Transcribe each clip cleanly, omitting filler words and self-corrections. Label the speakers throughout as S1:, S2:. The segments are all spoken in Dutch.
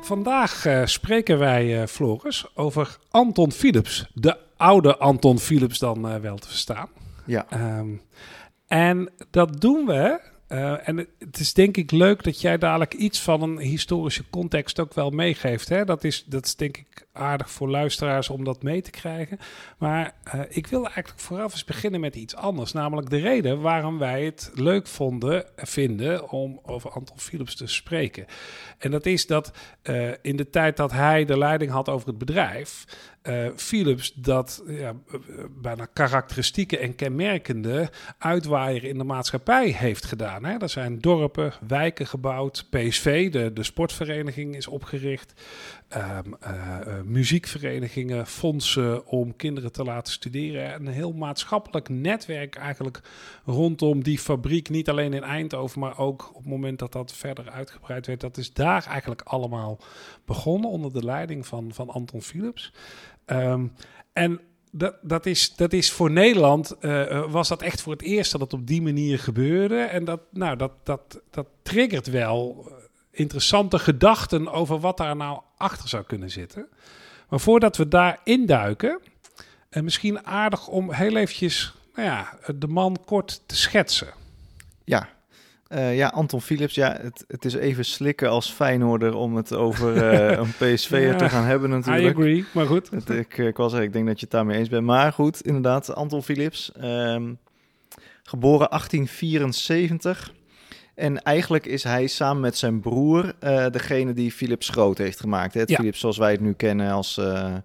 S1: Vandaag spreken wij, Floris, over Anton Philips. De oude Anton Philips dan wel te verstaan.
S2: Ja.
S1: En dat doen we. En het is denk ik leuk dat jij dadelijk iets van een historische context ook wel meegeeft. Hè? Dat is denk ik aardig voor luisteraars om dat mee te krijgen. Maar ik wil eigenlijk vooraf eens beginnen met iets anders. Namelijk de reden waarom wij het leuk vinden om over Anton Philips te spreken. En dat is dat in de tijd dat hij de leiding had over het bedrijf, Philips dat bijna karakteristieke en kenmerkende uitwaaier in de maatschappij heeft gedaan. Hè? Er zijn dorpen, wijken gebouwd, PSV, de sportvereniging, is opgericht. Muziekverenigingen, fondsen om kinderen te laten studeren. Een heel maatschappelijk netwerk eigenlijk rondom die fabriek. Niet alleen in Eindhoven, maar ook op het moment dat dat verder uitgebreid werd. Dat is daar eigenlijk allemaal begonnen onder de leiding van Anton Philips. En dat is voor Nederland, was dat echt voor het eerst dat het op die manier gebeurde. En dat triggert wel interessante gedachten over wat daar nou achter zou kunnen zitten. Maar voordat we daar induiken, misschien aardig om heel eventjes de man kort te schetsen.
S2: Ja, Anton Philips, het is even slikken als Feyenoorder om het over een PSV'er te gaan hebben natuurlijk.
S1: I agree, maar goed.
S2: Ik denk dat je het daarmee eens bent. Maar goed, inderdaad, Anton Philips, geboren 1874. En eigenlijk is hij samen met zijn broer degene die Philips groot heeft gemaakt. Hè? Het Philips zoals wij het nu kennen als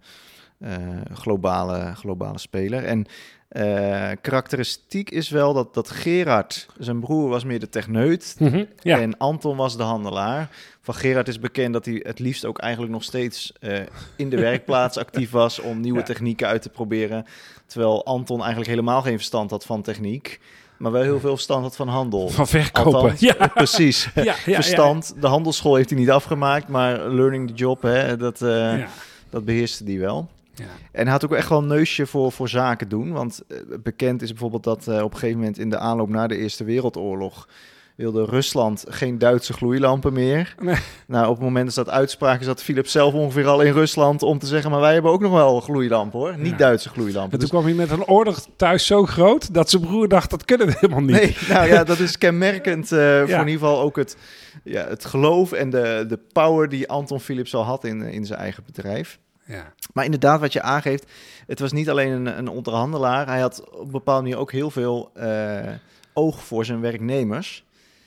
S2: globale speler. En karakteristiek is wel dat Gerard, zijn broer, was meer de techneut.
S1: Mm-hmm, ja.
S2: En Anton was de handelaar. Van Gerard is bekend dat hij het liefst ook eigenlijk nog steeds in de werkplaats actief was om nieuwe technieken uit te proberen. Terwijl Anton eigenlijk helemaal geen verstand had van techniek, maar wel heel veel verstand had van handel.
S1: Van verkopen.
S2: Althans, precies. Verstand. De handelsschool heeft hij niet afgemaakt, maar learning the job, hè, dat beheerste hij wel. Ja. En hij had ook echt wel een neusje voor zaken doen. Want bekend is bijvoorbeeld dat op een gegeven moment in de aanloop naar de Eerste Wereldoorlog wilde Rusland geen Duitse gloeilampen meer. Nee. Nou, op het moment dat ze dat uitspraken, zat Philips zelf ongeveer al in Rusland om te zeggen, maar wij hebben ook nog wel gloeilampen hoor. Niet Duitse gloeilampen.
S1: En toen kwam hij met een order thuis zo groot dat zijn broer dacht, dat kunnen we helemaal niet.
S2: Nee, nou ja, dat is kenmerkend voor in ieder geval ook het geloof en de power die Anton Philips al had in zijn eigen bedrijf. Ja. Maar inderdaad, wat je aangeeft, het was niet alleen een onderhandelaar. Hij had op een bepaalde manier ook heel veel oog voor zijn werknemers.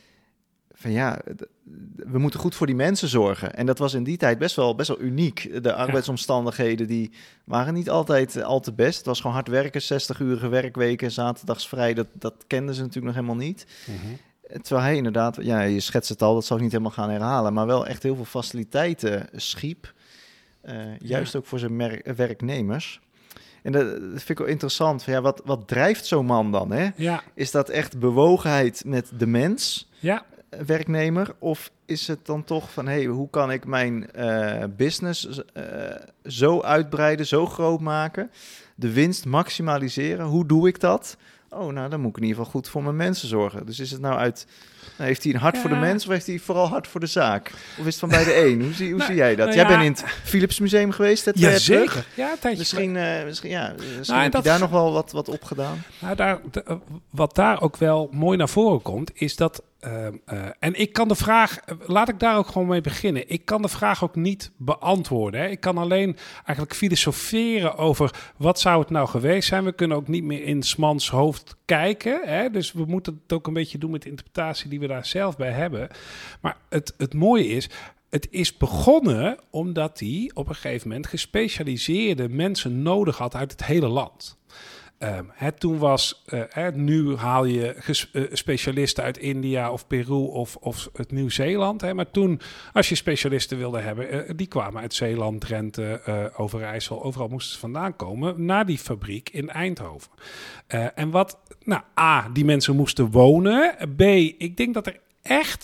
S2: Van we moeten goed voor die mensen zorgen. En dat was in die tijd best wel uniek. De arbeidsomstandigheden die waren niet altijd al te best. Het was gewoon hard werken, 60-urige werkweken, zaterdags vrij. Dat kenden ze natuurlijk nog helemaal niet. Mm-hmm. Terwijl hij inderdaad, je schetst het al, dat zal ik niet helemaal gaan herhalen, maar wel echt heel veel faciliteiten schiep. Juist ook voor zijn werknemers. En dat vind ik wel interessant. Van, wat drijft zo'n man dan? Hè? Ja. Is dat echt bewogenheid met de mens, werknemer? Of is het dan toch van, hoe kan ik mijn business zo uitbreiden, zo groot maken? De winst maximaliseren. Hoe doe ik dat? Oh, nou, dan moet ik in ieder geval goed voor mijn mensen zorgen. Dus is het nou heeft hij een hart voor de mens of heeft hij vooral hart voor de zaak? Of is het van beide één? Hoe zie jij dat? Jij bent in het Philips Museum geweest?
S1: Zeker. Ja, een tijdje.
S2: Misschien heb je daar nog wel wat op gedaan.
S1: Nou, wat daar ook wel mooi naar voren komt, is dat en ik kan de vraag, laat ik daar ook gewoon mee beginnen. Ik kan de vraag ook niet beantwoorden. Hè. Ik kan alleen eigenlijk filosoferen over wat zou het nou geweest zijn. We kunnen ook niet meer in 's mans hoofd kijken. Hè. Dus we moeten het ook een beetje doen met de interpretatie die we daar zelf bij hebben. Maar het mooie is, het is begonnen omdat hij op een gegeven moment gespecialiseerde mensen nodig had uit het hele land. Toen was, nu haal je specialisten uit India of Peru of het Nieuw-Zeeland. Maar toen, als je specialisten wilde hebben, die kwamen uit Zeeland, Drenthe, Overijssel. Overal moesten ze vandaan komen naar die fabriek in Eindhoven. En die mensen moesten wonen. B, ik denk dat er echt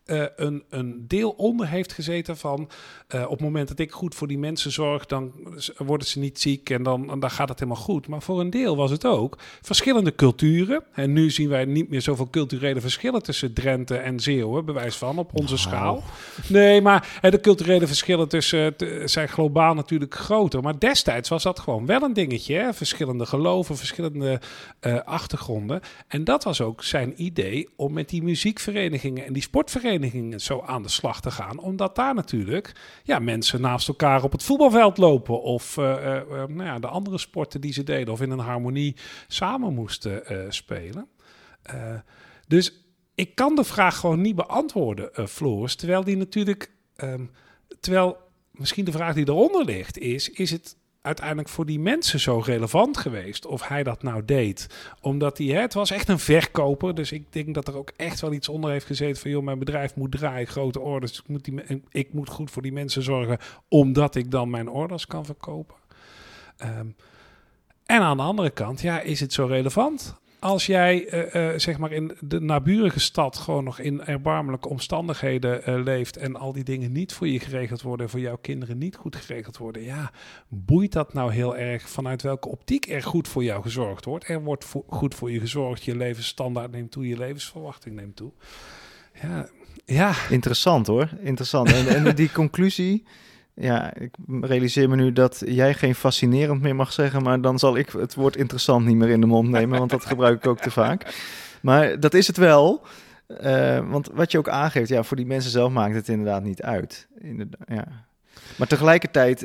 S1: een deel onder heeft gezeten van... op het moment dat ik goed voor die mensen zorg, dan worden ze niet ziek en dan gaat het helemaal goed. Maar voor een deel was het ook verschillende culturen. En nu zien wij niet meer zoveel culturele verschillen tussen Drenthe en Zeeuwen, bewijs van, op onze schaal. Nee, maar de culturele verschillen tussen zijn globaal natuurlijk groter. Maar destijds was dat gewoon wel een dingetje. Hè? Verschillende geloven, verschillende achtergronden. En dat was ook zijn idee om met die muziekverenigingen en die sportverenigingen zo aan de slag te gaan. Omdat daar natuurlijk mensen naast elkaar op het voetbalveld lopen of de andere sporten die ze deden of in een harmonie samen moesten spelen. Dus ik kan de vraag gewoon niet beantwoorden, Floris. Terwijl die natuurlijk... terwijl misschien de vraag die eronder ligt is het uiteindelijk voor die mensen zo relevant geweest of hij dat nou deed? Omdat het was echt een verkoper. Dus ik denk dat er ook echt wel iets onder heeft gezeten van... joh, mijn bedrijf moet draaien, grote orders. Ik moet goed voor die mensen zorgen... omdat ik dan mijn orders kan verkopen. En aan de andere kant, is het zo relevant? Als jij zeg maar in de naburige stad gewoon nog in erbarmelijke omstandigheden leeft en al die dingen niet voor je geregeld worden en voor jouw kinderen niet goed geregeld worden, boeit dat nou heel erg vanuit welke optiek er goed voor jou gezorgd wordt? Er wordt goed voor je gezorgd, je levensstandaard neemt toe, je levensverwachting neemt toe. Ja. Interessant hoor, interessant. En die conclusie... Ja, ik realiseer me nu dat jij geen fascinerend meer mag zeggen, maar dan zal ik het woord interessant niet meer in de mond nemen, want dat gebruik ik ook te vaak. Maar dat is het wel, want wat je ook aangeeft, voor die mensen zelf maakt het inderdaad niet uit. Maar tegelijkertijd,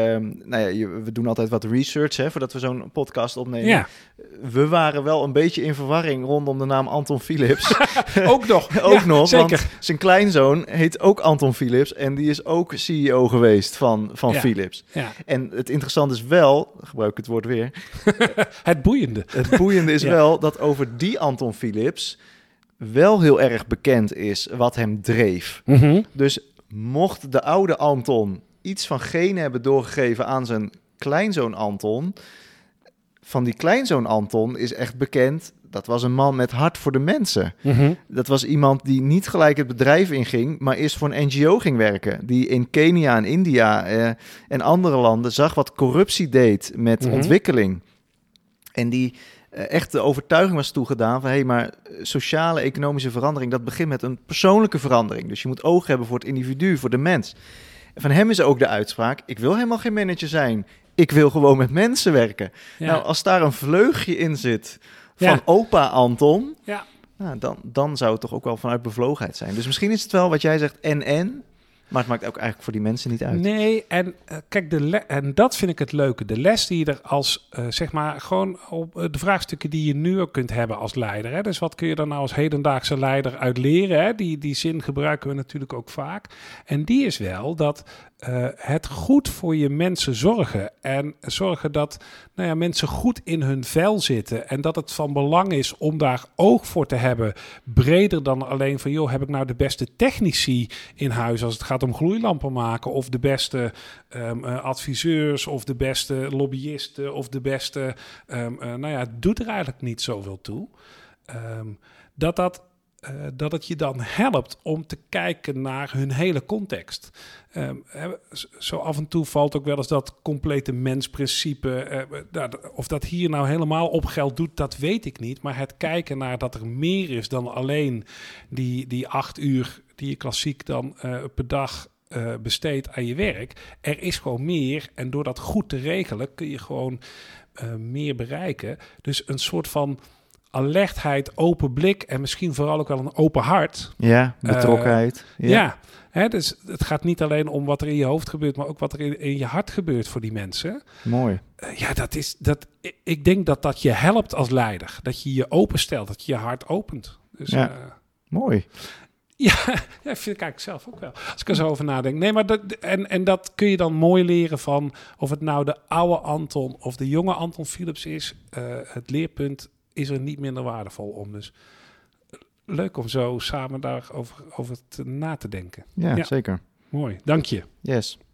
S1: we doen altijd wat research voordat we zo'n podcast opnemen. Ja. We waren wel een beetje in verwarring rondom de naam Anton Philips. Ook nog.
S2: Ook nog,
S1: zeker.
S2: Want zijn kleinzoon heet ook Anton Philips en die is ook CEO geweest van Philips. Ja. En het interessante is wel, gebruik ik het woord weer...
S1: Het boeiende.
S2: Het boeiende is wel dat over die Anton Philips wel heel erg bekend is wat hem dreef. Mm-hmm. Dus mocht de oude Anton iets van genen hebben doorgegeven aan zijn kleinzoon Anton, van die kleinzoon Anton is echt bekend, dat was een man met hart voor de mensen. Mm-hmm. Dat was iemand die niet gelijk het bedrijf inging, maar eerst voor een NGO ging werken. Die in Kenia en India en andere landen zag wat corruptie deed met ontwikkeling. En die echt de overtuiging was toegedaan van... maar sociale, economische verandering... dat begint met een persoonlijke verandering. Dus je moet oog hebben voor het individu, voor de mens. En van hem is ook de uitspraak... ik wil helemaal geen manager zijn. Ik wil gewoon met mensen werken. Ja. Nou, als daar een vleugje in zit van opa Anton... dan zou het toch ook wel vanuit bevlogenheid zijn. Dus misschien is het wel wat jij zegt en... Maar het maakt ook eigenlijk voor die mensen niet uit.
S1: Nee, en kijk, en dat vind ik het leuke. De les die je er als, zeg maar, gewoon op de vraagstukken die je nu ook kunt hebben als leider. Hè? Dus wat kun je dan nou als hedendaagse leider uit leren? Hè? Die zin gebruiken we natuurlijk ook vaak. En die is wel dat het goed voor je mensen zorgen. En zorgen dat mensen goed in hun vel zitten. En dat het van belang is om daar oog voor te hebben. Breder dan alleen van, joh, heb ik nou de beste technici in huis als het gaat om gloeilampen maken, of de beste adviseurs, of de beste lobbyisten, of de beste... het doet er eigenlijk niet zoveel toe. Dat het je dan helpt om te kijken naar hun hele context. Zo af en toe valt ook wel eens dat complete mensprincipe. Of dat hier nou helemaal op geld doet, dat weet ik niet. Maar het kijken naar dat er meer is dan alleen die 8 uur... die je klassiek dan per dag besteedt aan je werk. Er is gewoon meer. En door dat goed te regelen kun je gewoon meer bereiken. Dus een soort van alertheid, open blik en misschien vooral ook wel een open hart.
S2: Ja, betrokkenheid.
S1: Dus het gaat niet alleen om wat er in je hoofd gebeurt, maar ook wat er in je hart gebeurt voor die mensen.
S2: Mooi.
S1: Ik denk dat je helpt als leider. Dat je je openstelt, dat je je hart opent. Dus,
S2: mooi.
S1: Ja, vind ik eigenlijk zelf ook wel. Als ik er zo over nadenk. Nee, maar dat kun je dan mooi leren van of het nou de oude Anton of de jonge Anton Philips is. Het leerpunt is er niet minder waardevol om. Dus leuk om zo samen daarover na te denken.
S2: Ja, zeker.
S1: Mooi, dank je.
S2: Yes.